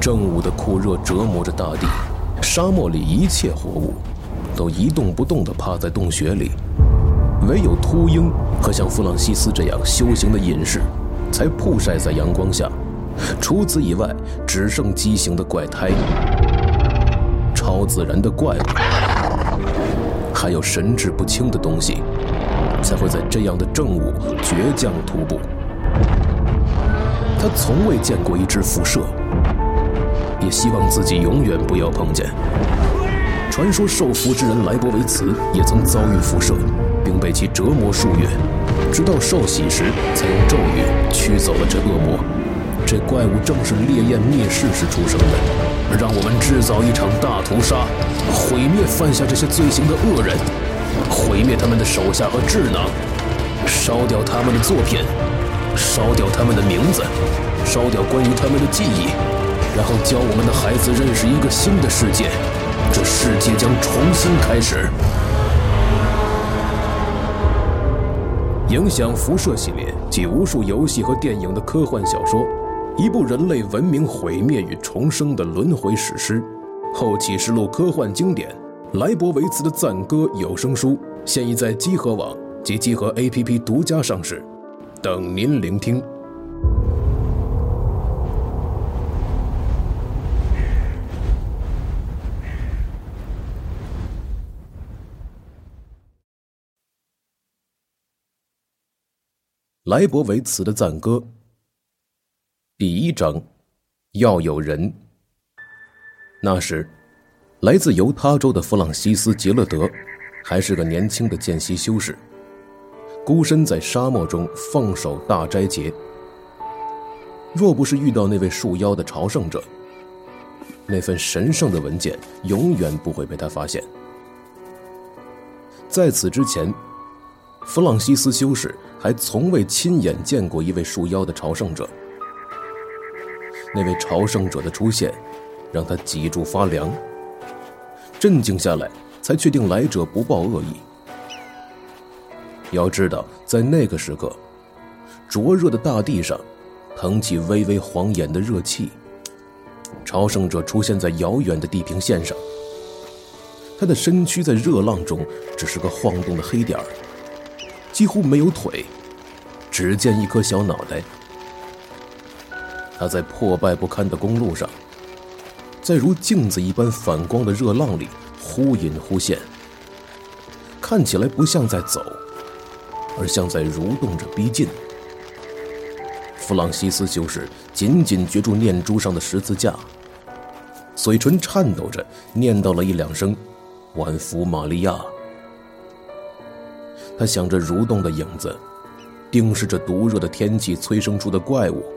正午的酷热折磨着大地，沙漠里一切活物都一动不动地趴在洞穴里，唯有秃鹰和像弗朗西斯这样修行的隐士才曝晒在阳光下，除此以外只剩畸形的怪胎、超自然的怪物，还有神志不清的东西才会在这样的正午倔强徒步。他从未见过一只辐射，也希望自己永远不要碰见。传说受福之人莱博维茨也曾遭遇辐射，并被其折磨数月，直到受洗时才用咒语驱走了这恶魔。这怪物正是烈焰灭世时出生的，让我们制造一场大屠杀，毁灭犯下这些罪行的恶人，毁灭他们的手下和智囊，烧掉他们的作品，烧掉他们的名字，烧掉关于他们的记忆，然后教我们的孩子认识一个新的世界，这世界将重新开始。影响辐射系列及无数游戏和电影的科幻小说，一部人类文明毁灭与重生的轮回史诗，后启示录科幻经典莱博维茨的赞歌有声书，现已在集合网及集合 APP 独家上市，等您聆听。莱博维茨的赞歌，第1章，要有人。那时，来自犹他州的弗朗西斯·杰勒德还是个年轻的见习修士，孤身在沙漠中放手大斋节。若不是遇到那位束腰的朝圣者，那份神圣的文件永远不会被他发现。在此之前，弗朗西斯修士还从未亲眼见过一位束腰的朝圣者。那位朝圣者的出现让他脊柱发凉，镇静下来才确定来者不抱恶意。要知道，在那个时刻，灼热的大地上腾起微微晃眼的热气，朝圣者出现在遥远的地平线上，他的身躯在热浪中只是个晃动的黑点儿，几乎没有腿，只见一颗小脑袋。他在破败不堪的公路上，在如镜子一般反光的热浪里忽隐忽现，看起来不像在走，而像在蠕动着逼近。弗朗西斯修士紧紧攫住念珠上的十字架，嘴唇颤抖着念叨了一两声万福玛利亚。他想着蠕动的影子，定是这毒热的天气催生出的怪物。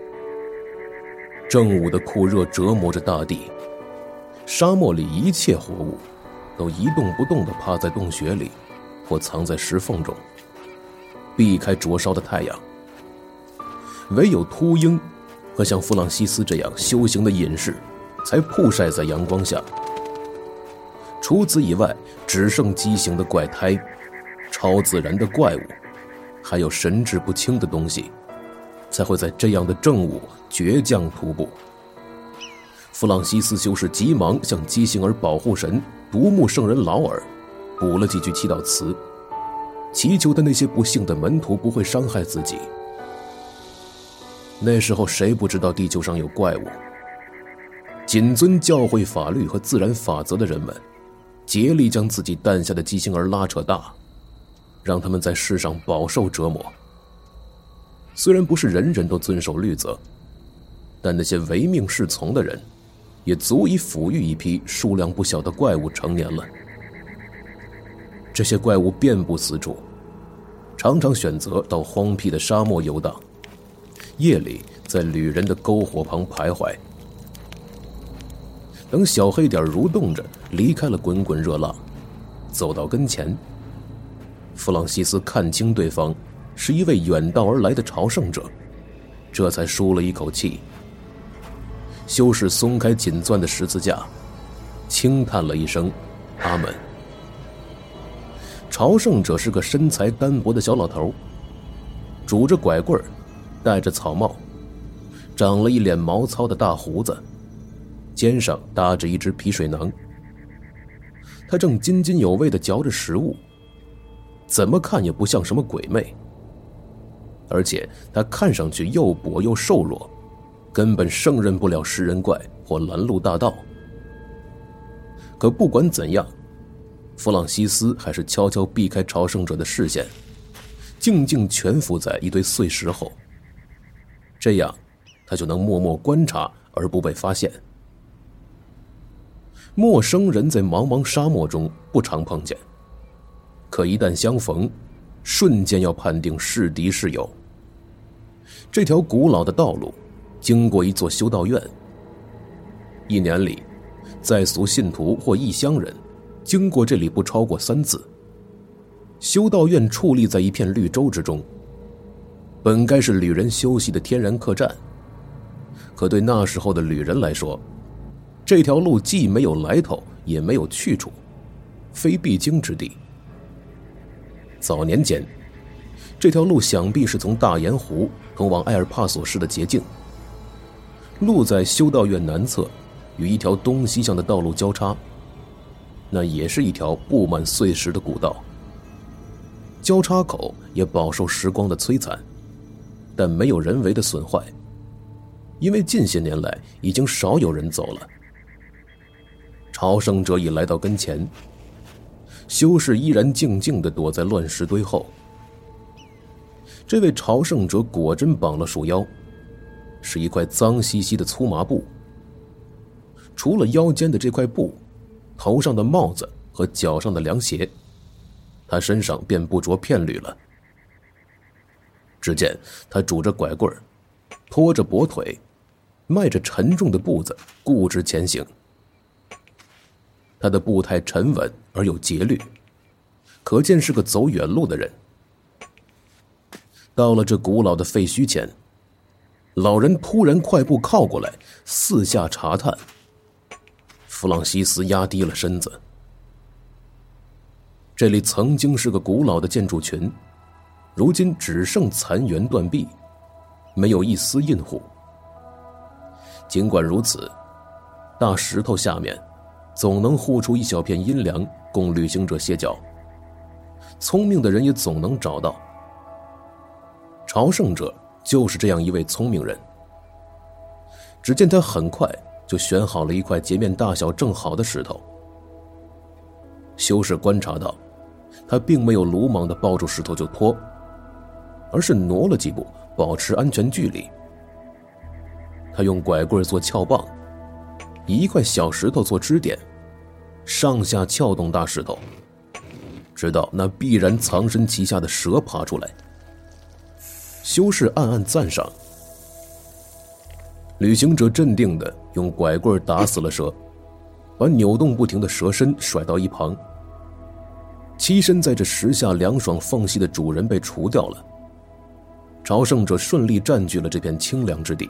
正午的酷热折磨着大地，沙漠里一切活物都一动不动地趴在洞穴里，或藏在石缝中，避开灼烧的太阳。唯有秃鹰和像弗朗西斯这样修行的隐士才曝晒在阳光下，除此以外只剩畸形的怪胎、超自然的怪物，还有神志不清的东西才会在这样的正午倔强徒步。弗朗西斯修士急忙向畸形而保护神独目圣人劳尔补了几句祈祷词，祈求他那些不幸的门徒不会伤害自己。那时候谁不知道地球上有怪物？谨遵教会法律和自然法则的人们竭力将自己诞下的畸形儿拉扯大，让他们在世上饱受折磨。虽然不是人人都遵守律则，但那些唯命是从的人也足以抚育一批数量不小的怪物成年了。这些怪物遍布四处，常常选择到荒僻的沙漠游荡，夜里在旅人的篝火旁徘徊。等小黑点蠕动着离开了滚滚热浪，走到跟前，弗朗西斯看清对方是一位远道而来的朝圣者，这才舒了一口气。修士松开紧攥的十字架，轻叹了一声阿门。朝圣者是个身材单薄的小老头，拄着拐棍，戴着草帽，长了一脸毛糙的大胡子， 肩上搭着一只皮水囊。他正津津有味地嚼着食物，怎么看也不像什么鬼魅，而且他看上去又跛又瘦弱，根本胜任不了食人怪或拦路大盗。可不管怎样，弗朗西斯还是悄悄避开朝圣者的视线，静静蜷伏在一堆碎石后，这样他就能默默观察而不被发现。陌生人在茫茫沙漠中不常碰见，可一旦相逢，瞬间要判定是敌是友。这条古老的道路经过一座修道院，一年里在俗信徒或异乡人经过这里不超过3次。修道院矗立在一片绿洲之中，本该是旅人休息的天然客栈，可对那时候的旅人来说，这条路既没有来头也没有去处，非必经之地。早年间，这条路想必是从大盐湖通往埃尔帕索市的捷径。路在修道院南侧与一条东西向的道路交叉，那也是一条布满碎石的古道。交叉口也饱受时光的摧残，但没有人为的损坏，因为近些年来已经少有人走了。朝圣者已来到跟前，修士依然静静地躲在乱石堆后。这位朝圣者果真绑了束腰，是一块脏兮兮的粗麻布。除了腰间的这块布，头上的帽子和脚上的凉鞋，他身上便不着片缕了。只见他拄着拐棍，拖着跛腿，迈着沉重的步子固执前行。他的步态沉稳而有节律，可见是个走远路的人。到了这古老的废墟前，老人突然快步靠过来，四下查探。弗朗西斯压低了身子。这里曾经是个古老的建筑群，如今只剩残垣断壁，没有一丝印户。尽管如此，大石头下面总能护出一小片阴凉，供旅行者歇脚。聪明的人也总能找到。朝圣者就是这样一位聪明人。只见他很快就选好了一块截面大小正好的石头。修士观察到，他并没有鲁莽地抱住石头就拖，而是挪了几步，保持安全距离。他用拐棍做撬棒，以一块小石头做支点，上下撬动大石头，直到那必然藏身其下的蛇爬出来。修士暗暗赞赏。旅行者镇定地用拐棍打死了蛇，把扭动不停的蛇身甩到一旁。栖身在这石下凉爽缝隙的主人被除掉了，朝圣者顺利占据了这片清凉之地。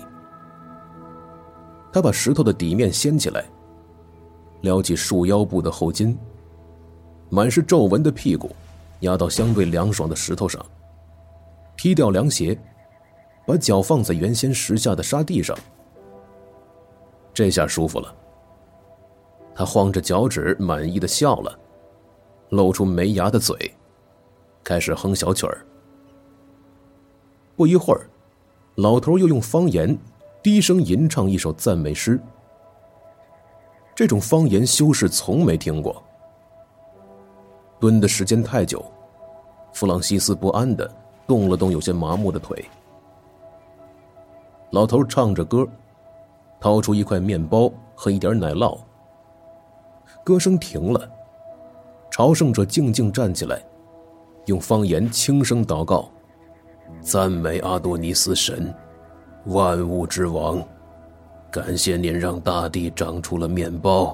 他把石头的底面掀起来，撩起束腰部的后襟，满是皱纹的屁股压到相对凉爽的石头上，踢掉凉鞋，把脚放在原先石下的沙地上。这下舒服了。他晃着脚趾，满意的笑了，露出没牙的嘴，开始哼小曲儿。不一会儿，老头又用方言低声吟唱一首赞美诗。这种方言修士从没听过。蹲的时间太久，弗朗西斯不安地动了动有些麻木的腿。老头唱着歌，掏出一块面包和一点奶酪。歌声停了，朝圣者静静站起来，用方言轻声祷告：赞美阿多尼斯神，万物之王，感谢您让大地长出了面包。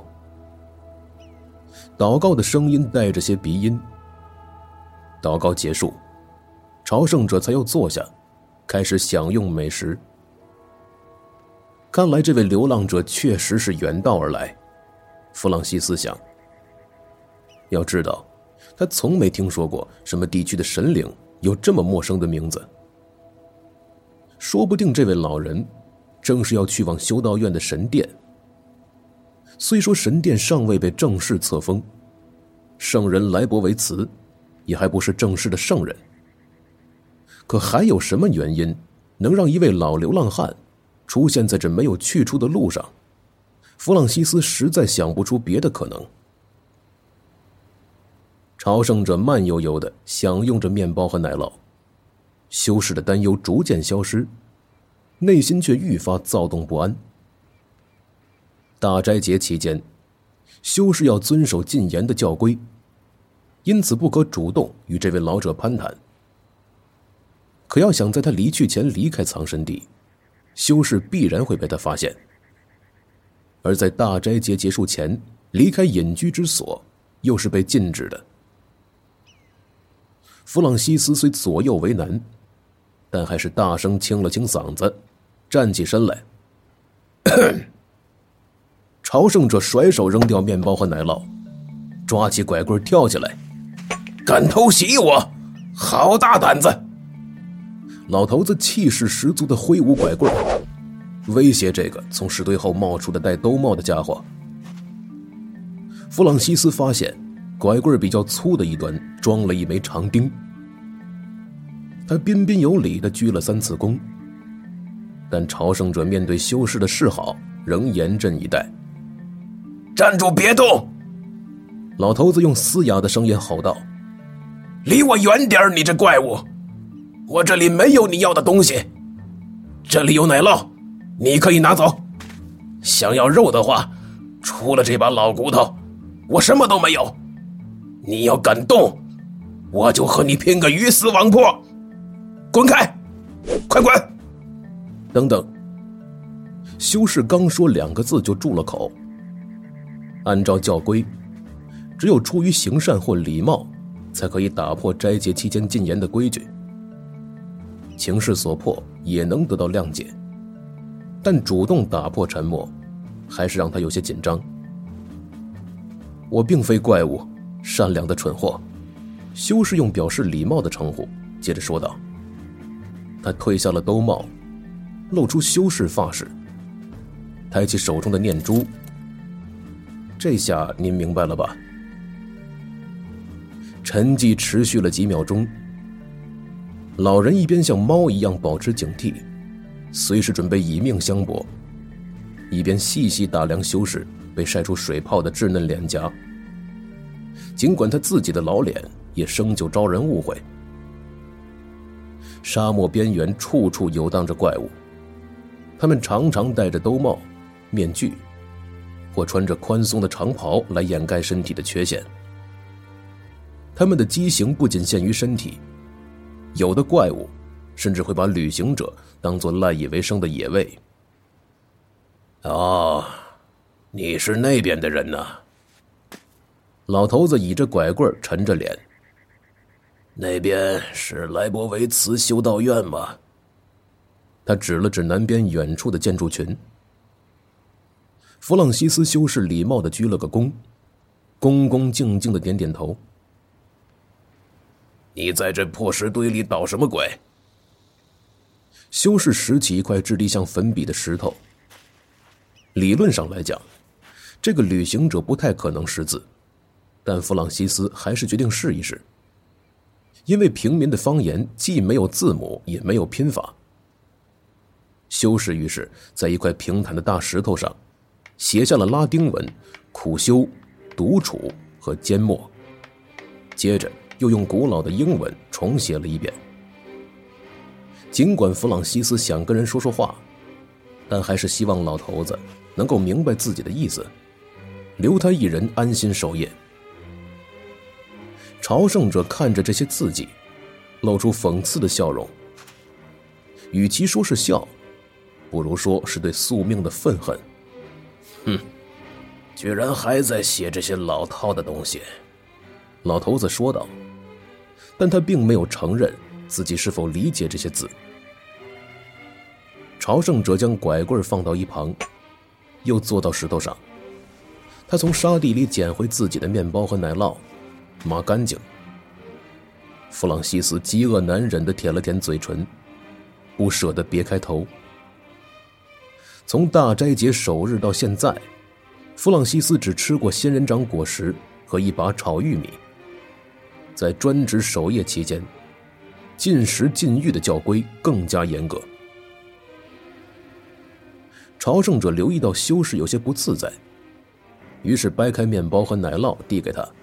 祷告的声音带着些鼻音。祷告结束，朝圣者才又坐下，开始享用美食。看来这位流浪者确实是远道而来，弗朗西斯想。要知道，他从没听说过什么地区的神灵有这么陌生的名字。说不定这位老人正是要去往修道院的神殿。 虽说神殿尚未被正式册封，圣人莱博维茨也还不是正式的圣人，可还有什么原因能让一位老流浪汉出现在这没有去处的路上？弗朗西斯实在想不出别的可能。朝圣者慢悠悠地享用着面包和奶酪，修士的担忧逐渐消失，内心却愈发躁动不安。大斋节期间，修士要遵守禁言的教规，因此不可主动与这位老者攀谈。可要想在他离去前离开藏身地，修士必然会被他发现。而在大斋节结束前离开隐居之所，又是被禁止的。弗朗西斯虽左右为难，但还是大声清了清嗓子，站起身来。朝圣者甩手扔掉面包和奶酪，抓起拐棍跳起来，敢偷袭我，好大胆子！老头子气势十足地挥舞拐棍，威胁这个从石堆后冒出的戴兜帽的家伙。弗朗西斯发现拐棍比较粗的一端装了一枚长钉，他彬彬有礼地鞠了3次躬，但朝圣者面对修士的示好仍严阵以待。站住，别动！老头子用嘶哑的声音吼道：离我远点，你这怪物！我这里没有你要的东西，这里有奶酪，你可以拿走。想要肉的话，除了这把老骨头，我什么都没有。你要敢动，我就和你拼个鱼死网破！滚开，快滚！等等，修士刚说2个字就住了口。按照教规，只有出于行善或礼貌，才可以打破斋节期间禁言的规矩。情势所迫，也能得到谅解，但主动打破沉默，还是让他有些紧张。我并非怪物，善良的蠢货。修士用表示礼貌的称呼，接着说道。他褪下了兜帽，露出修士发饰，抬起手中的念珠。这下您明白了吧？沉寂持续了几秒钟，老人一边像猫一样保持警惕，随时准备以命相搏，一边细细打量修士被晒出水泡的稚嫩脸颊。尽管他自己的老脸也生就招人误会。沙漠边缘处处游荡着怪物，他们常常戴着兜帽、面具，或穿着宽松的长袍来掩盖身体的缺陷。他们的畸形不仅限于身体，有的怪物甚至会把旅行者当作赖以为生的野味。哦，你是那边的人呐？老头子倚着拐棍沉着脸。那边是莱博维茨修道院吗？他指了指南边远处的建筑群。弗朗西斯修士礼貌地鞠了个躬，恭恭敬敬地点点头。你在这破石堆里捣什么鬼？修士拾起一块质地像粉笔的石头。理论上来讲，这个旅行者不太可能识字，但弗朗西斯还是决定试一试。因为平民的方言既没有字母也没有拼法。修士于是在一块平坦的大石头上写下了拉丁文苦修、独处和缄默，接着又用古老的英文重写了一遍。尽管弗朗西斯想跟人说说话，但还是希望老头子能够明白自己的意思，留他一人安心守夜。朝圣者看着这些字迹，露出讽刺的笑容。与其说是笑，不如说是对宿命的愤恨。居然还在写这些老套的东西，老头子说道。但他并没有承认自己是否理解这些字。朝圣者将拐棍放到一旁，又坐到石头上。他从沙地里捡回自己的面包和奶酪，抹干净。弗朗西斯饥饿难忍地舔了舔嘴唇，不舍得别开头。从大斋节首日到现在， 弗朗西斯只吃过仙人掌果实和一把炒玉米。在专职守夜期间，禁食禁欲的教规更加严格。朝圣者留意到修士有些不自在，于是掰开面包和奶酪递给他。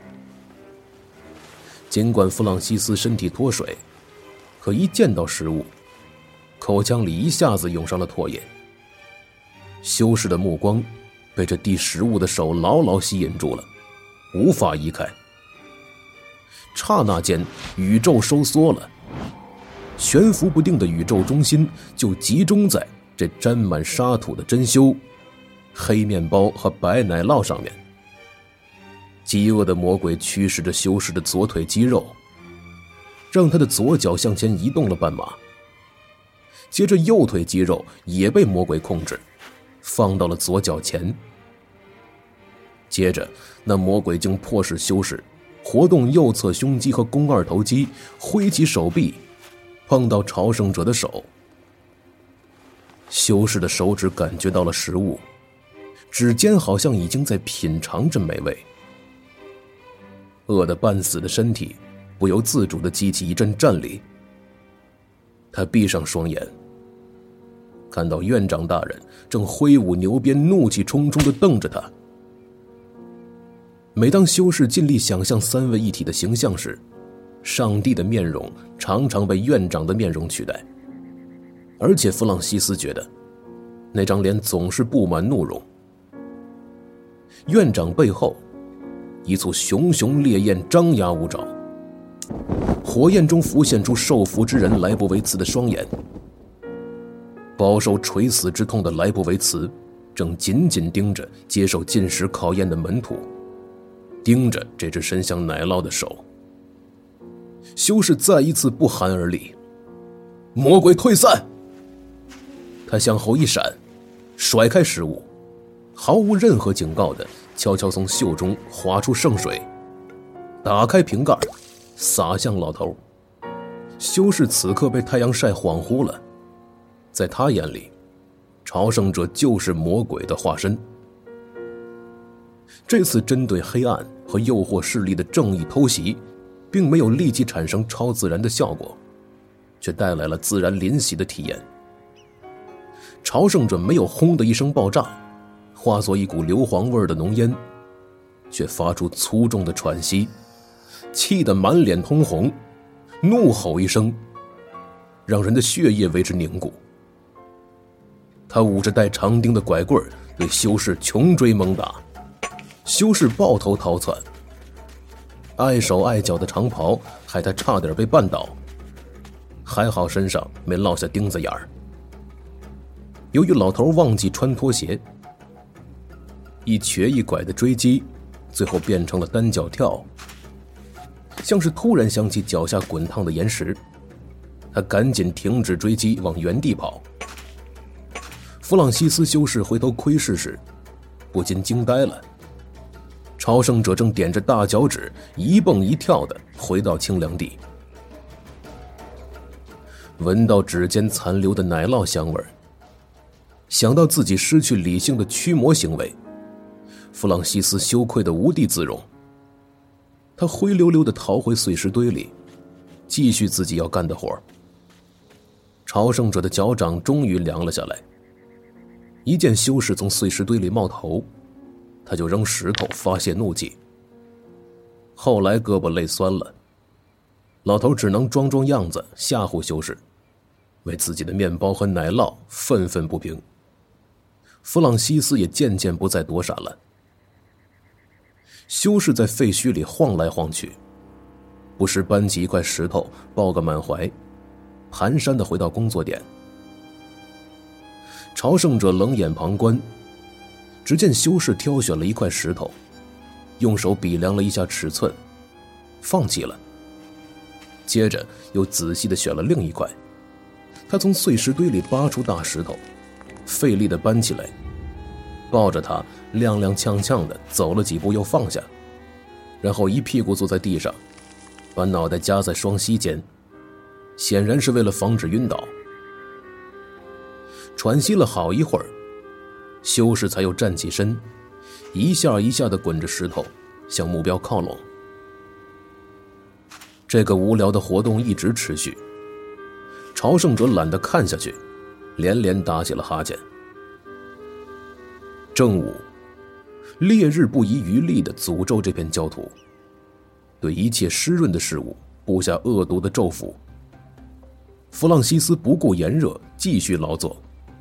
尽管弗朗西斯身体脱水，可一见到食物，口腔里一下子涌上了唾液。修士的目光被这递食物的手牢牢吸引住了，无法移开。刹那间，宇宙收缩了，悬浮不定的宇宙中心就集中在这沾满沙土的珍馐、黑面包和白奶酪上面。饥饿的魔鬼驱使着修士的左腿肌肉，让他的左脚向前移动了半马。接着右腿肌肉也被魔鬼控制，放到了左脚前。接着那魔鬼竟迫使修士活动右侧胸肌和肱二头肌，挥起手臂碰到朝圣者的手。修士的手指感觉到了食物，指尖好像已经在品尝着美味。饿得半死的身体不由自主地激起一阵战栗。他闭上双眼，看到院长大人正挥舞牛鞭，怒气冲冲地瞪着他。每当修士尽力想象三位一体的形象时，上帝的面容常常被院长的面容取代。而且弗朗西斯觉得那张脸总是布满怒容。院长背后一簇熊熊烈焰张牙舞爪，火焰中浮现出受俘之人莱布维茨的双眼。饱受垂死之痛的莱布维茨正紧紧盯着接受禁食考验的门徒，盯着这只伸向奶酪的手。修士再一次不寒而栗，魔鬼退散！他向后一闪，甩开食物，毫无任何警告的悄悄从袖中划出圣水，打开瓶盖，洒向老头。修士此刻被太阳晒恍惚了，在他眼里，朝圣者就是魔鬼的化身。这次针对黑暗和诱惑势力的正义偷袭，并没有立即产生超自然的效果，却带来了自然临洗的体验。朝圣者没有轰的一声爆炸，化作一股硫磺味的浓烟，却发出粗重的喘息，气得满脸通红，怒吼一声，让人的血液为之凝固。他捂着带长钉的拐棍对修士穷追猛打，修士抱头逃窜，碍手碍脚的长袍害他差点被绊倒，还好身上没落下钉子眼儿。由于老头忘记穿拖鞋，一瘸一拐的追击最后变成了单脚跳。像是突然想起脚下滚烫的岩石，他赶紧停止追击，往原地跑。弗朗西斯修士回头窥视时，不禁惊呆了。朝圣者正踮着大脚趾，一蹦一跳地回到清凉地。闻到指尖残留的奶酪香味，想到自己失去理性的驱魔行为，弗朗西斯羞愧得无地自容。他灰溜溜地逃回碎石堆里，继续自己要干的活。朝圣者的脚掌终于凉了下来，一见修士从碎石堆里冒头，他就扔石头发泄怒气。后来胳膊累酸了，老头只能装装样子吓唬修士，为自己的面包和奶酪愤愤不平。弗朗西斯也渐渐不再躲闪了。修士在废墟里晃来晃去，不时搬起一块石头抱个满怀，蹒跚地回到工作点。朝圣者冷眼旁观，只见修士挑选了一块石头，用手比量了一下尺寸，放弃了。接着又仔细地选了另一块。他从碎石堆里扒出大石头，费力地搬起来，抱着它踉踉跄跄地走了几步又放下，然后一屁股坐在地上，把脑袋夹在双膝间，显然是为了防止晕倒。喘息了好一会儿，修士才又站起身， 一下一下地滚着石头向目标靠拢。这个无聊的活动一直持续，朝圣者懒得看下去，连连打起了哈欠。正午，烈日不遗余力地诅咒这片焦土，对一切湿润的事物布下恶毒的咒符。弗朗西斯不顾炎热，继续劳作。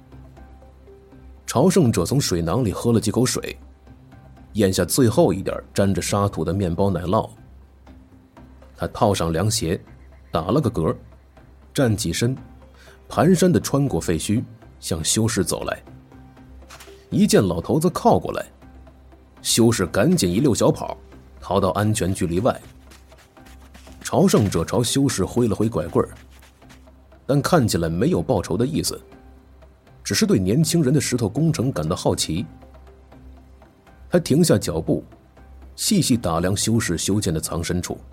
朝圣者从水囊里喝了几口水，咽下最后一点沾着沙土的面包奶酪。他套上凉鞋，打了个嗝，站起身，蹒跚地穿过废墟，向修士走来。一见老头子靠过来，修士赶紧一溜小跑，逃到安全距离外。朝圣者朝修士挥了挥拐棍，但看起来没有报仇的意思，只是对年轻人的石头工程感到好奇。他停下脚步，细细打量修士修建的藏身处。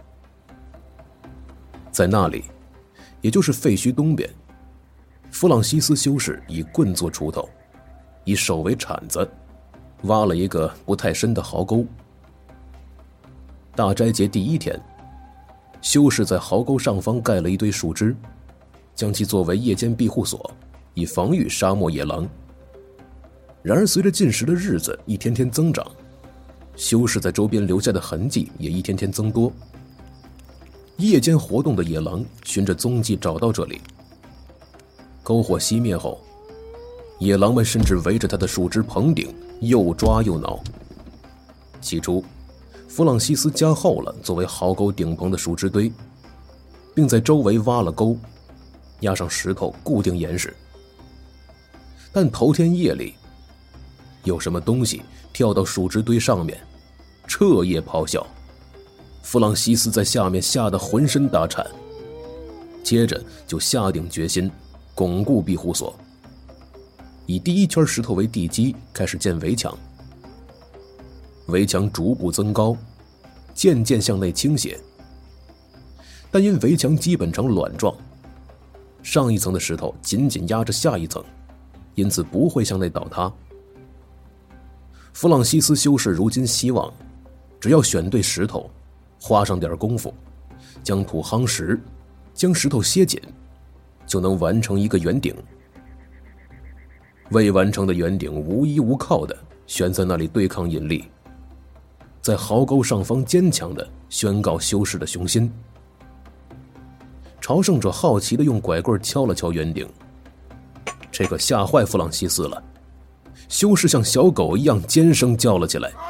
在那里，也就是废墟东边，弗朗西斯修士以棍做锄头，以手为铲子，挖了一个不太深的壕沟。大斋节第一天，修士在壕沟上方盖了一堆树枝，将其作为夜间庇护所，以防御沙漠野狼。然而随着进食的日子一天天增长，修士在周边留下的痕迹也一天天增多。夜间活动的野狼循着踪迹找到这里，篝火熄灭后，野狼们甚至围着他的树枝棚顶又抓又挠。起初，弗朗西斯加厚了作为壕沟顶棚的树枝堆，并在周围挖了沟，压上石头固定严实。但头天夜里，有什么东西跳到树枝堆上面，彻夜咆哮。弗朗西斯在下面吓得浑身打颤，接着就下定决心巩固庇护所，以第一圈石头为地基开始建围墙。围墙逐步增高，渐渐向内倾斜，但因围墙基本呈卵状，上一层的石头紧紧压着下一层，因此不会向内倒塌。弗朗西斯修士如今希望，只要选对石头，花上点功夫，将土夯实，将石头楔紧，就能完成一个圆顶。未完成的圆顶无依无靠的悬在那里对抗引力，在壕沟上方坚强的宣告修士的雄心。朝圣者好奇地用拐棍敲了敲圆顶，这可吓坏弗朗西斯了。修士像小狗一样尖声叫了起来。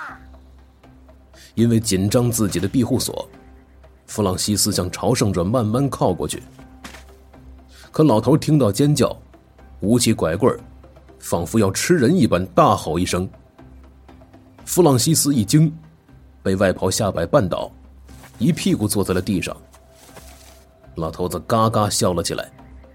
因为紧张自己的庇护所，弗朗西斯向朝圣者慢慢靠过去。可老头听到尖叫，舞起拐棍，仿佛要吃人一般，大吼一声。弗朗西斯一惊，被外袍下摆绊倒，一屁股坐在了地上。老头子嘎嘎笑了起来。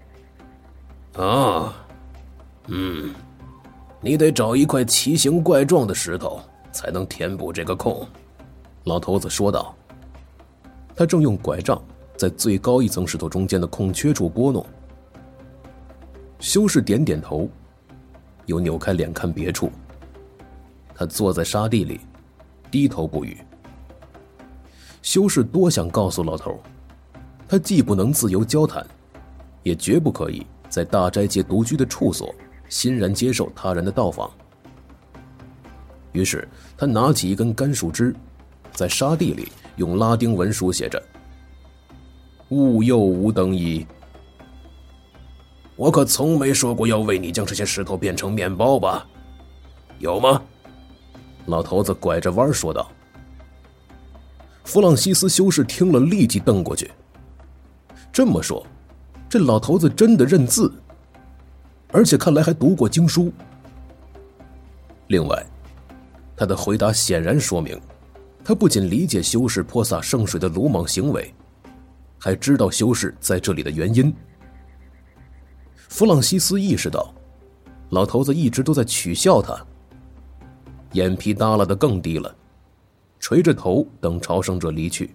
你得找一块奇形怪状的石头才能填补这个空，老头子说道。他正用拐杖在最高一层石头中间的空缺处拨弄。修士点点头，又扭开脸看别处。他坐在沙地里，低头不语。修士多想告诉老头，他既不能自由交谈，也绝不可以在大斋节独居的处所欣然接受他人的到访。于是他拿起一根干树枝，在沙地里用拉丁文书写着：勿诱吾等矣。我可从没说过要为你将这些石头变成面包吧？有吗？老头子拐着弯说道。弗朗西斯修士听了立即瞪过去。这么说，这老头子真的认字，而且看来还读过经书。另外，他的回答显然说明，他不仅理解修士泼洒圣水的鲁莽行为，还知道修士在这里的原因。弗朗西斯意识到，老头子一直都在取笑他，眼皮耷拉得更低了，垂着头等朝圣者离去。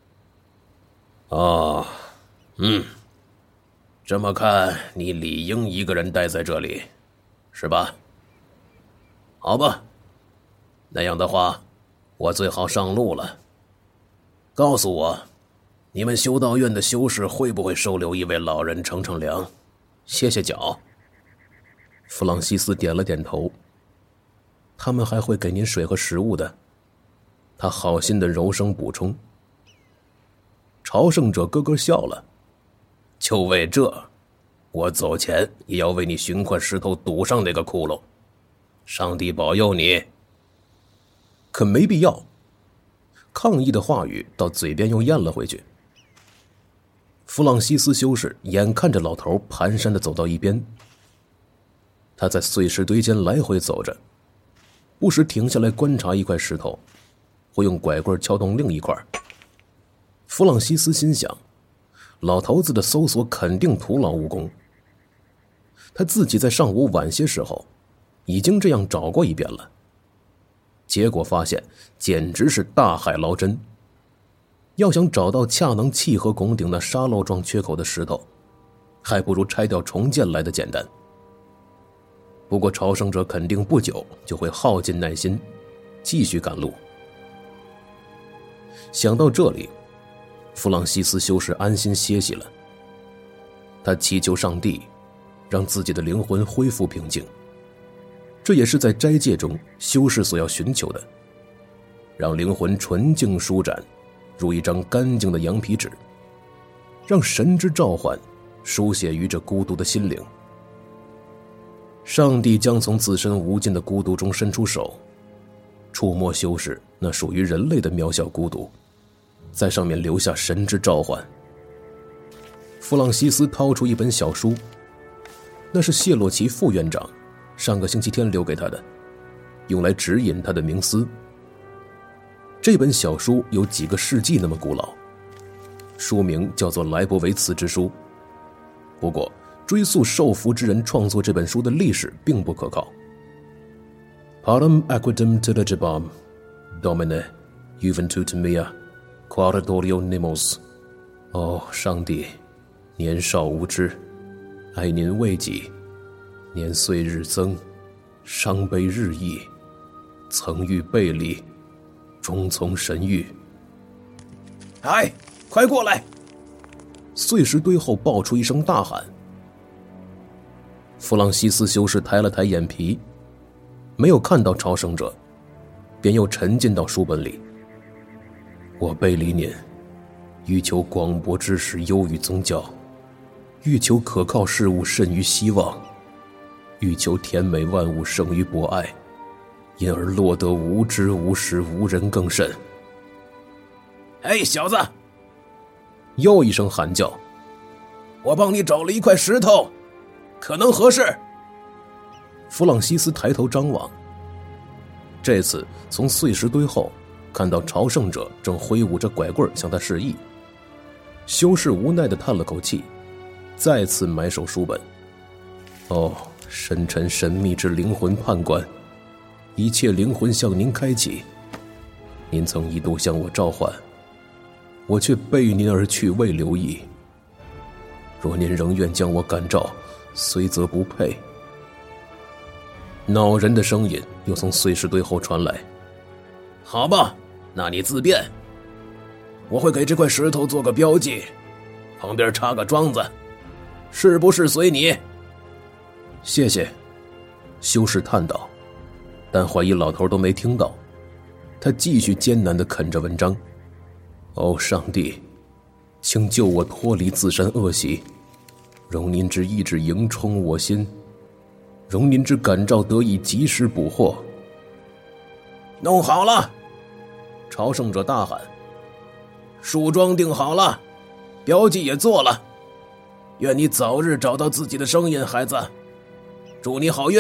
这么看，你理应一个人待在这里，是吧？好吧， 那样的话，我最好上路了。告诉我，你们修道院的修士会不会收留一位老人乘乘凉，歇歇脚？弗朗西斯点了点头。他们还会给您水和食物的，他好心的柔声补充。朝圣者咯咯笑了，就为这，我走前也要为你寻块石头堵上那个窟窿。上帝保佑你。可没必要，抗议的话语到嘴边又咽了回去。弗朗西斯修士眼看着老头蹒跚地走到一边，他在碎石堆间来回走着，不时停下来观察一块石头，或用拐棍敲动另一块。弗朗西斯心想，老头子的搜索肯定徒劳无功。他自己在上午晚些时候已经这样找过一遍了，结果发现简直是大海捞针。要想找到恰能契合拱顶那沙漏状缺口的石头，还不如拆掉重建来的简单。不过朝圣者肯定不久就会耗尽耐心，继续赶路。想到这里，弗朗西斯修士安心歇息了。他祈求上帝让自己的灵魂恢复平静，这也是在斋戒中修士所要寻求的，让灵魂纯净舒展，如一张干净的羊皮纸，让神之召唤书写于这孤独的心灵。上帝将从自身无尽的孤独中伸出手，触摸修士那属于人类的渺小孤独，在上面留下神之召唤。弗朗西斯掏出一本小书，那是谢洛奇副院长上个星期天留给他的，用来指引他的冥思。这本小书有几个世纪那么古老，书名叫做《莱博维茨之书》。不过追溯受福之人创作这本书的历史并不可靠。Param equitem telegibam, Domine, juventud mea, quadratorio nemos。哦，上帝，年少无知，爱您未己，年岁日增，伤悲日益，曾遇背离，终从神谕。哎，快过来！碎石堆后爆出一声大喊。弗朗西斯修士抬了抬眼皮，没有看到朝圣者，便又沉浸到书本里。我背离您，欲求广博知识优于宗教，欲求可靠事物甚于希望，欲求甜美万物胜于博爱，因而落得无知无识无人更甚。哎，小子！又一声喊叫，我帮你找了一块石头，可能合适。弗朗西斯抬头张望，这次从碎石堆后看到朝圣者正挥舞着拐棍向他示意。修士无奈地叹了口气，再次埋首书本。哦，深沉神秘之灵魂判官，一切灵魂向您开启，您曾一度向我召唤，我却背您而去，未留意。若您仍愿将我感召，虽则不配。恼人的声音又从碎石堆后传来。好吧，那你自便。我会给这块石头做个标记，旁边插个桩子，是不是随你？谢谢，修士叹道，但怀疑老头都没听到。他继续艰难地啃着文章。哦，上帝，请救我脱离自身恶习，容您之意志盈充我心，容您之感召得以及时捕获。弄好了！朝圣者大喊。树桩定好了，标记也做了，愿你早日找到自己的声音，孩子，祝你好运。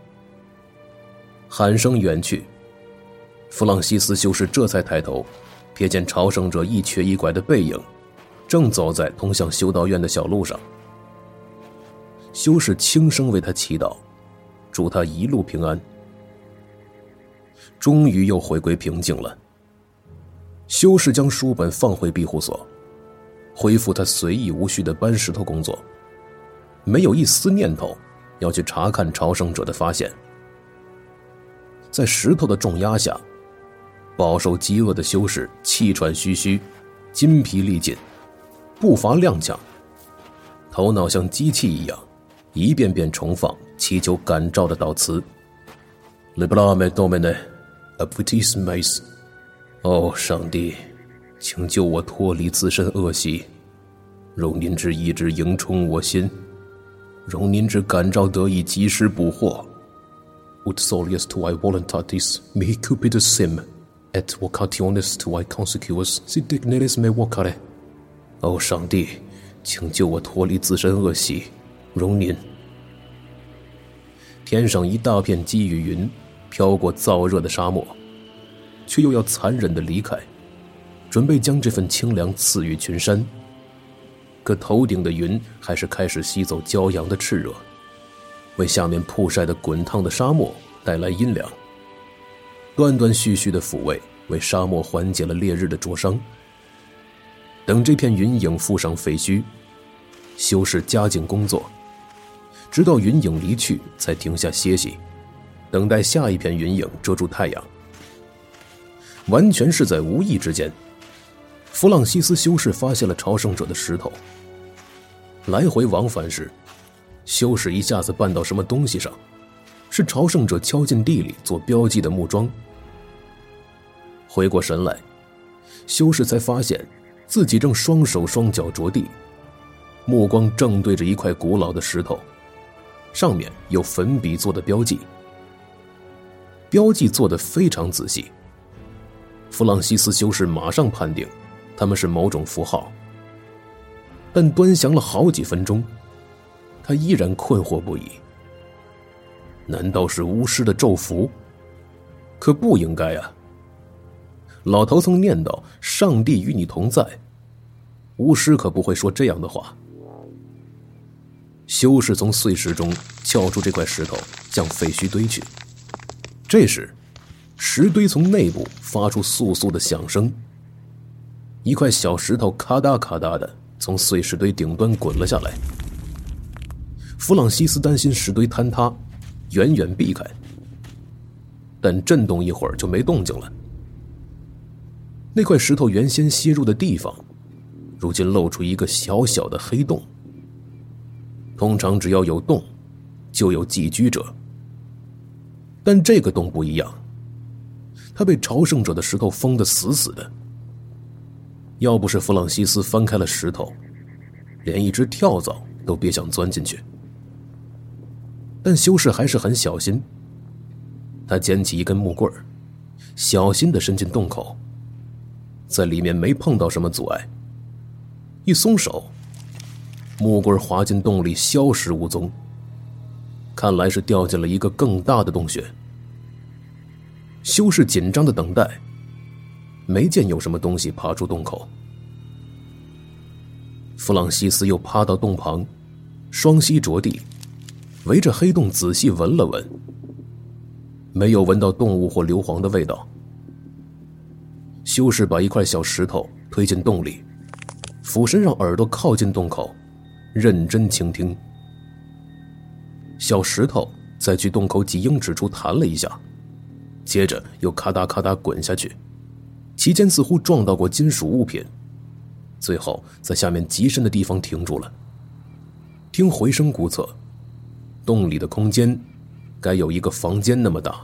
喊声远去，弗朗西斯修士这才抬头，瞥见朝圣者一瘸一拐的背影，正走在通向修道院的小路上。修士轻声为他祈祷，祝他一路平安。终于又回归平静了。修士将书本放回庇护所，恢复他随意无序的搬石头工作，没有一丝念头要去查看朝圣者的发现。 在石头的重压下，饱受饥饿的修士气喘吁吁，筋疲力尽，步伐踉跄，头脑像机器一样一遍遍重放祈求感召的祷词。 Liberame Domine Avitis Meis， 哦，上帝，请救我脱离自身恶习，容您之意志迎充我心，容您之感召得以及时捕获。Ut solius tuae voluntatis mihi cupitus sim, et vocationis tuae consequus si digneris me vocare。 哦，上帝，请救我脱离自身恶习，容您。天上一大片积雨云飘过燥热的沙漠，却又要残忍地离开，准备将这份清凉赐予群山。可头顶的云还是开始吸走骄阳的炽热，为下面曝晒的滚烫的沙漠带来阴凉。断断续续的抚慰为沙漠缓解了烈日的灼伤。等这片云影附上废墟，修士加紧工作，直到云影离去才停下歇息，等待下一片云影遮住太阳。完全是在无意之间，弗朗西斯修士发现了朝圣者的石头。来回往返时，修士一下子绊到什么东西上，是朝圣者敲进地里做标记的木桩。回过神来，修士才发现自己正双手双脚着地，目光正对着一块古老的石头，上面有粉笔做的标记，标记做得非常仔细。弗朗西斯修士马上判定他们是某种符号，但端详了好几分钟，他依然困惑不已。难道是巫师的咒符？可不应该啊！老头曾念叨上帝与你同在，巫师可不会说这样的话。修士从碎石中撬出这块石头，向废墟堆去。这时石堆从内部发出簌簌的响声，一块小石头咔嗒咔嗒的从碎石堆顶端滚了下来。弗朗西斯担心石堆坍塌，远远避开，但震动一会儿就没动静了。那块石头原先吸入的地方，如今露出一个小小的黑洞。通常只要有洞，就有寄居者，但这个洞不一样，它被朝圣者的石头封得死死的。要不是弗朗西斯翻开了石头，连一只跳蚤都别想钻进去。但修士还是很小心，他捡起一根木棍，小心地伸进洞口，在里面没碰到什么阻碍，一松手，木棍滑进洞里消失无踪，看来是掉进了一个更大的洞穴。修士紧张地等待，没见有什么东西爬出洞口。弗朗西斯又趴到洞旁，双膝着地，围着黑洞仔细闻了闻，没有闻到动物或硫磺的味道。修士把一块小石头推进洞里，俯身让耳朵靠近洞口，认真倾听。小石头在距洞口几英尺处弹了一下，接着又咔嗒咔嗒滚下去，期间似乎撞到过金属物品，最后在下面极深的地方停住了。听回声估测，洞里的空间该有一个房间那么大。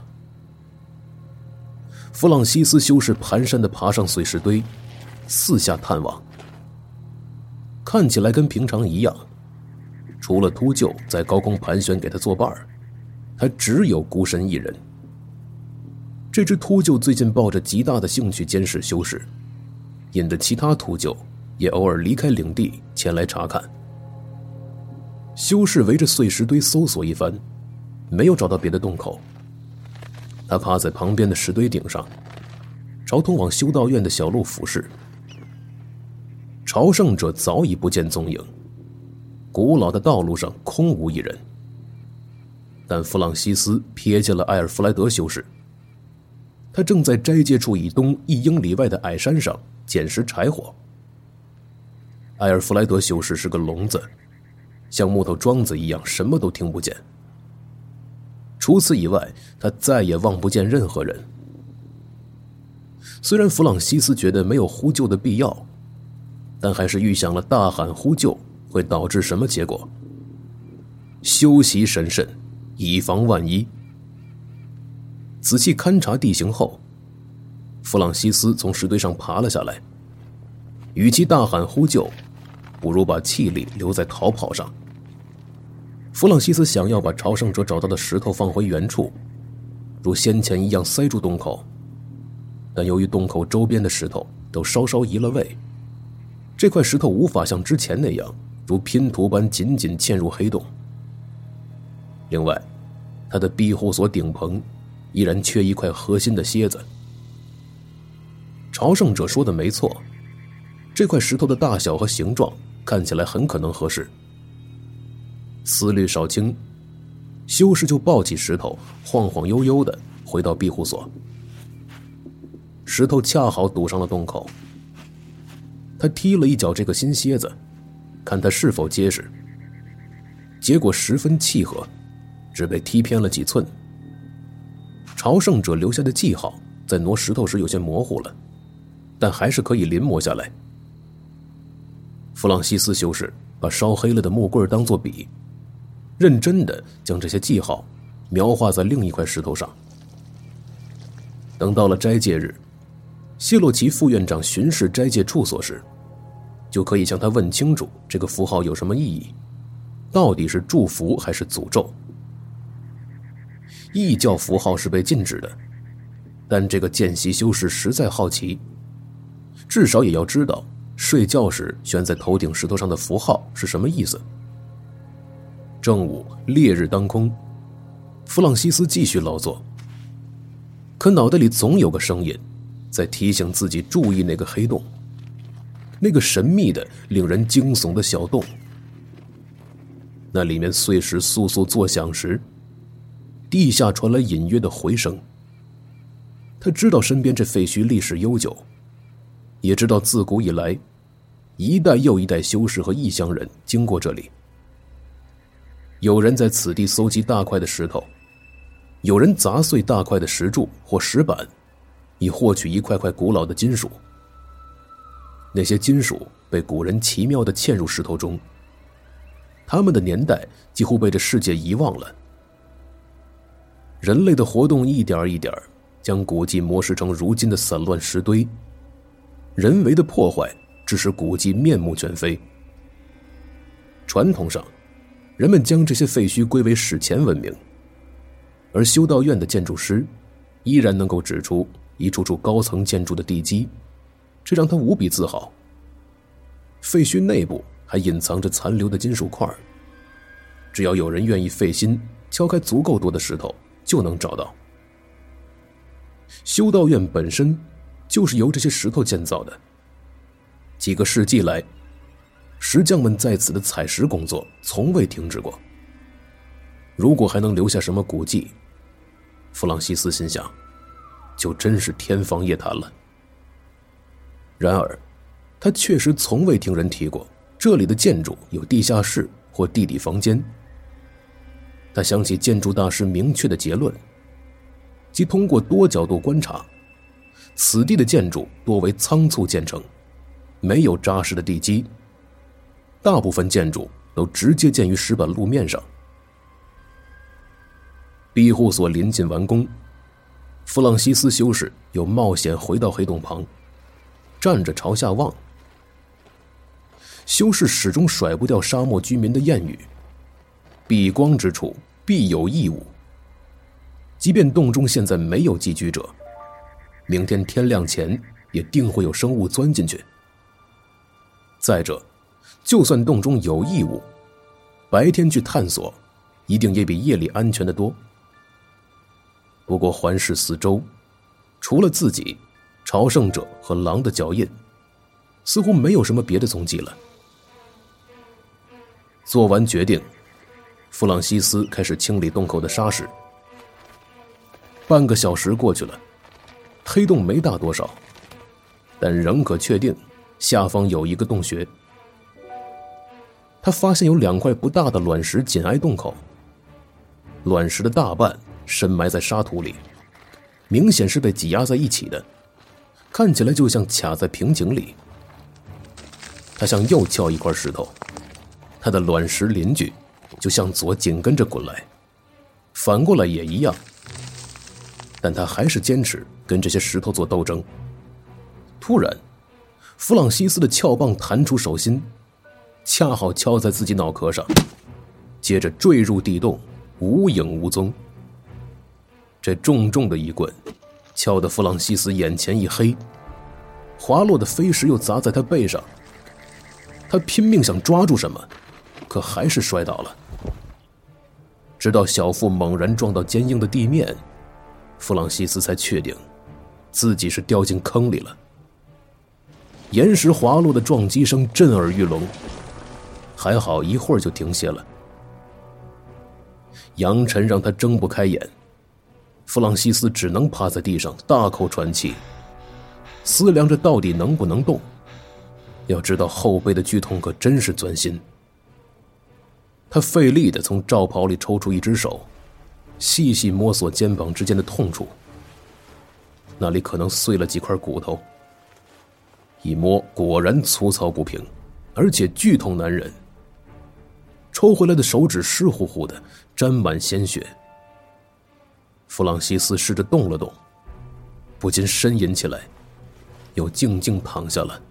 弗朗西斯修士蹒跚地爬上碎石堆，四下探望。看起来跟平常一样，除了秃鹫在高空盘旋给他作伴，他只有孤身一人。这只秃鹫最近抱着极大的兴趣监视修士，引得其他秃鹫也偶尔离开领地前来查看。修士围着碎石堆搜索一番，没有找到别的洞口。他趴在旁边的石堆顶上，朝通往修道院的小路俯视。朝圣者早已不见踪影，古老的道路上空无一人。但弗朗西斯瞥见了埃尔弗莱德修士，他正在斋戒处以东1英里外的矮山上捡拾柴火。埃尔弗莱德修士是个聋子，像木头桩子一样什么都听不见。 除此以外，他再也望不见任何人。虽然弗朗西斯觉得没有呼救的必要，但还是预想了大喊呼救会导致什么结果。休息审慎，以防万一。仔细勘察地形后，弗朗西斯从石堆上爬了下来。与其大喊呼救，不如把气力留在逃跑上。弗朗西斯想要把朝圣者找到的石头放回原处，如先前一样塞住洞口，但由于洞口周边的石头都稍稍移了位，这块石头无法像之前那样如拼图般紧紧嵌入黑洞。另外，他的庇护所顶棚依然缺一块核心的楔子。朝圣者说的没错，这块石头的大小和形状看起来很可能合适。思虑稍清，修士就抱起石头，晃晃悠悠地回到庇护所。石头恰好堵上了洞口，他踢了一脚这个新楔子，看它是否结实。结果十分契合，只被踢偏了几寸。朝圣者留下的记号在挪石头时有些模糊了，但还是可以临摹下来。弗朗西斯修士把烧黑了的木棍当作笔，认真地将这些记号描画在另一块石头上。等到了斋戒日，谢洛奇副院长巡视斋戒处所时，就可以向他问清楚这个符号有什么意义，到底是祝福还是诅咒。异教符号是被禁止的，但这个见习修士实在好奇，至少也要知道睡觉时悬在头顶石头上的符号是什么意思。正午烈日当空，弗朗西斯继续劳作，可脑袋里总有个声音在提醒自己注意那个黑洞，那个神秘的令人惊悚的小洞。那里面碎石簌簌作响时，地下传来隐约的回声。他知道身边这废墟历史悠久，也知道自古以来一代又一代修士和异乡人经过这里。有人在此地搜集大块的石头，有人砸碎大块的石柱或石板，以获取一块块古老的金属。那些金属被古人奇妙地嵌入石头中，他们的年代几乎被这世界遗忘了。人类的活动一点一点将古迹磨蚀成如今的散乱石堆，人为的破坏致使古迹面目全非。传统上，人们将这些废墟归为史前文明，而修道院的建筑师依然能够指出一处处高层建筑的地基，这让他无比自豪。废墟内部还隐藏着残留的金属块，只要有人愿意费心敲开足够多的石头，就能找到。修道院本身就是由这些石头建造的，几个世纪来，石匠们在此的采石工作从未停止过。如果还能留下什么古迹，弗朗西斯心想，就真是天方夜谭了。然而，他确实从未听人提过这里的建筑有地下室或地底房间。他想起建筑大师明确的结论，即通过多角度观察，此地的建筑多为仓促建成，没有扎实的地基，大部分建筑都直接建于石板路面上。庇护所临近完工，弗朗西斯修士又冒险回到黑洞旁，站着朝下望。修士始终甩不掉沙漠居民的谚语：避光之处必有异物。即便洞中现在没有寄居者，明天天亮前也定会有生物钻进去。再者，就算洞中有异物，白天去探索一定也比夜里安全得多。不过环视四周，除了自己、朝圣者和狼的脚印，似乎没有什么别的踪迹了。做完决定，弗朗西斯开始清理洞口的沙石。半个小时过去了，黑洞没大多少，但仍可确定下方有一个洞穴。他发现有2块不大的卵石紧挨洞口，卵石的大半深埋在沙土里，明显是被挤压在一起的，看起来就像卡在瓶颈里。他向右撬一块石头，他的卵石邻居就向左紧跟着滚来，反过来也一样。但他还是坚持跟这些石头做斗争。突然，弗朗西斯的撬棒弹出手心，恰好敲在自己脑壳上，接着坠入地洞，无影无踪。这重重的一棍敲得弗朗西斯眼前一黑，滑落的飞石又砸在他背上。他拼命想抓住什么，可还是摔倒了。直到小腹猛然撞到坚硬的地面，弗朗西斯才确定自己是掉进坑里了。岩石滑落的撞击声震耳欲聋，还好一会儿就停歇了。扬尘让他睁不开眼，弗朗西斯只能趴在地上大口喘气，思量着到底能不能动。要知道后背的剧痛可真是钻心。他费力地从罩袍里抽出一只手，细细摸索肩膀之间的痛处，那里可能碎了几块骨头。一摸果然粗糙不平，而且剧痛难忍。抽回来的手指湿乎乎的，沾满鲜血。弗朗西斯试着动了动，不禁呻吟起来，又静静躺下了。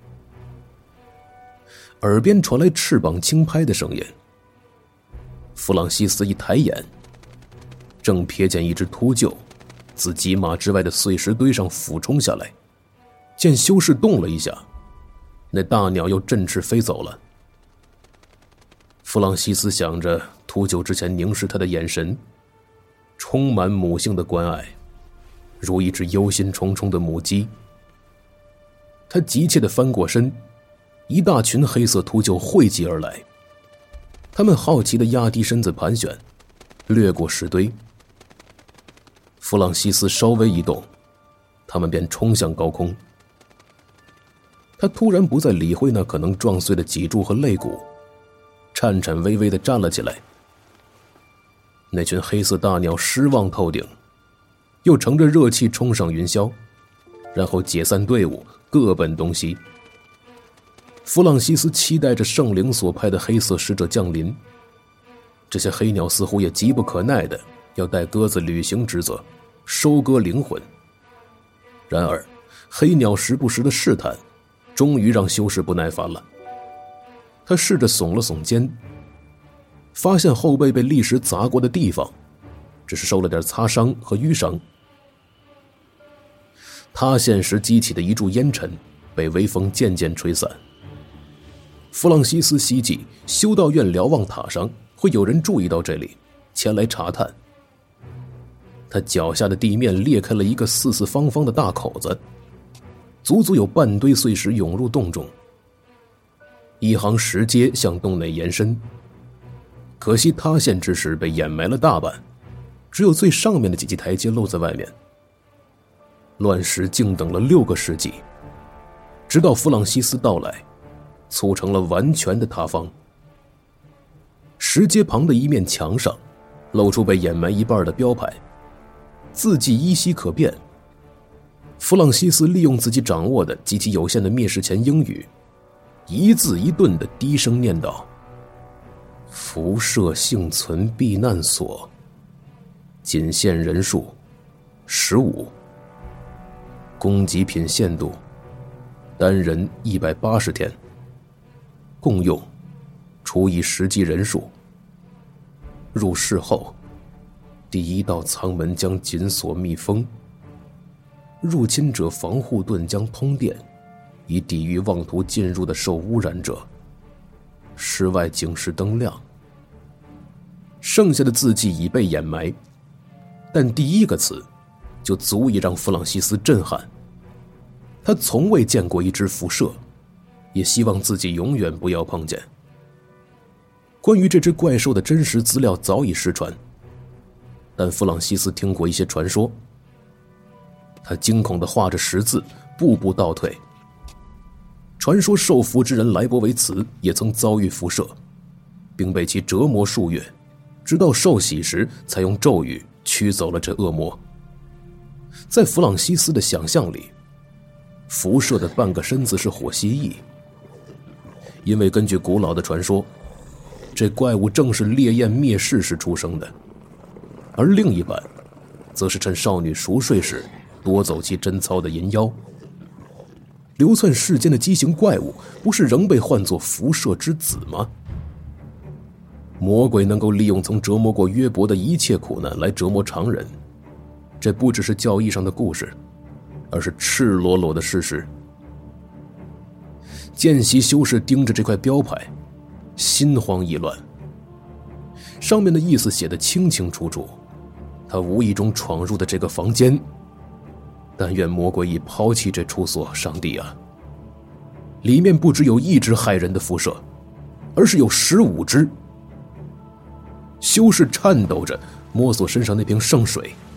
耳边传来翅膀轻拍的声音。弗朗西斯一抬眼，正瞥见一只秃鹫自几码之外的碎石堆上俯冲下来，见修士动了一下，那大鸟又振翅飞走了。弗朗西斯想着秃鹫之前凝视他的眼神，充满母性的关爱，如一只忧心忡忡的母鸡。他急切地翻过身，一大群黑色秃鹫汇集而来，他们好奇地压低身子盘旋，掠过石堆。弗朗西斯稍微一动，他们便冲向高空。他突然不再理会那可能撞碎的脊柱和肋骨，颤颤巍巍地站了起来。那群黑色大鸟失望透顶，又乘着热气冲上云霄，然后解散队伍，各奔东西。弗朗西斯期待着圣灵所派的黑色使者降临，这些黑鸟似乎也急不可耐的要带鸽子履行职责，收割灵魂。然而黑鸟时不时的试探，终于让修士不耐烦了。他试着耸了耸肩，发现后背被砾石砸过的地方只是受了点擦伤和淤伤。塌陷时激起的一柱烟尘被微风渐渐吹散。弗朗西斯希冀修道院瞭望塔上会有人注意到这里，前来查探。他脚下的地面裂开了一个四四方方的大口子，足足有半堆碎石涌入洞中。一行石阶向洞内延伸，可惜塌陷之时被掩埋了大半，只有最上面的几级台阶露在外面。乱石静等了6个世纪，直到弗朗西斯到来，促成了完全的塌方。石阶旁的一面墙上露出被掩埋一半的标牌，字迹依稀可辨。弗朗西斯利用自己掌握的极其有限的灭世前英语，一字一顿地低声念道：辐射幸存避难所，仅限人数15，供给品限度单人180天，共用除以实际人数。入室后，第1道舱门将紧锁密封，入侵者防护盾将通电，以抵御妄图进入的受污染者。室外警示灯亮。剩下的字迹已被掩埋，但第1个词就足以让弗朗西斯震撼。他从未见过一只辐射，也希望自己永远不要碰见。关于这只怪兽的真实资料早已失传，但弗朗西斯听过一些传说。他惊恐地画着十字，步步倒退。传说受俘之人莱博维茨也曾遭遇辐射，并被其折磨数月，直到受洗时才用咒语驱走了这恶魔。在弗朗西斯的想象里，辐射的半个身子是火蜥蜴，因为根据古老的传说，这怪物正是烈焰灭世时出生的，而另一半则是趁少女熟睡时夺走其贞操的淫妖。流窜世间的畸形怪物不是仍被唤作辐射之子吗？魔鬼能够利用曾折磨过约伯的一切苦难来折磨常人，这不只是教义上的故事，而是赤裸裸的事实。见习修士盯着这块标牌，心慌意乱。上面的意思写得清清楚楚，他无意中闯入的这个房间，但愿魔鬼已抛弃这处所。上帝啊，里面不只有1只害人的辐射，而是有15只。修士颤抖着摸索身上那瓶圣水，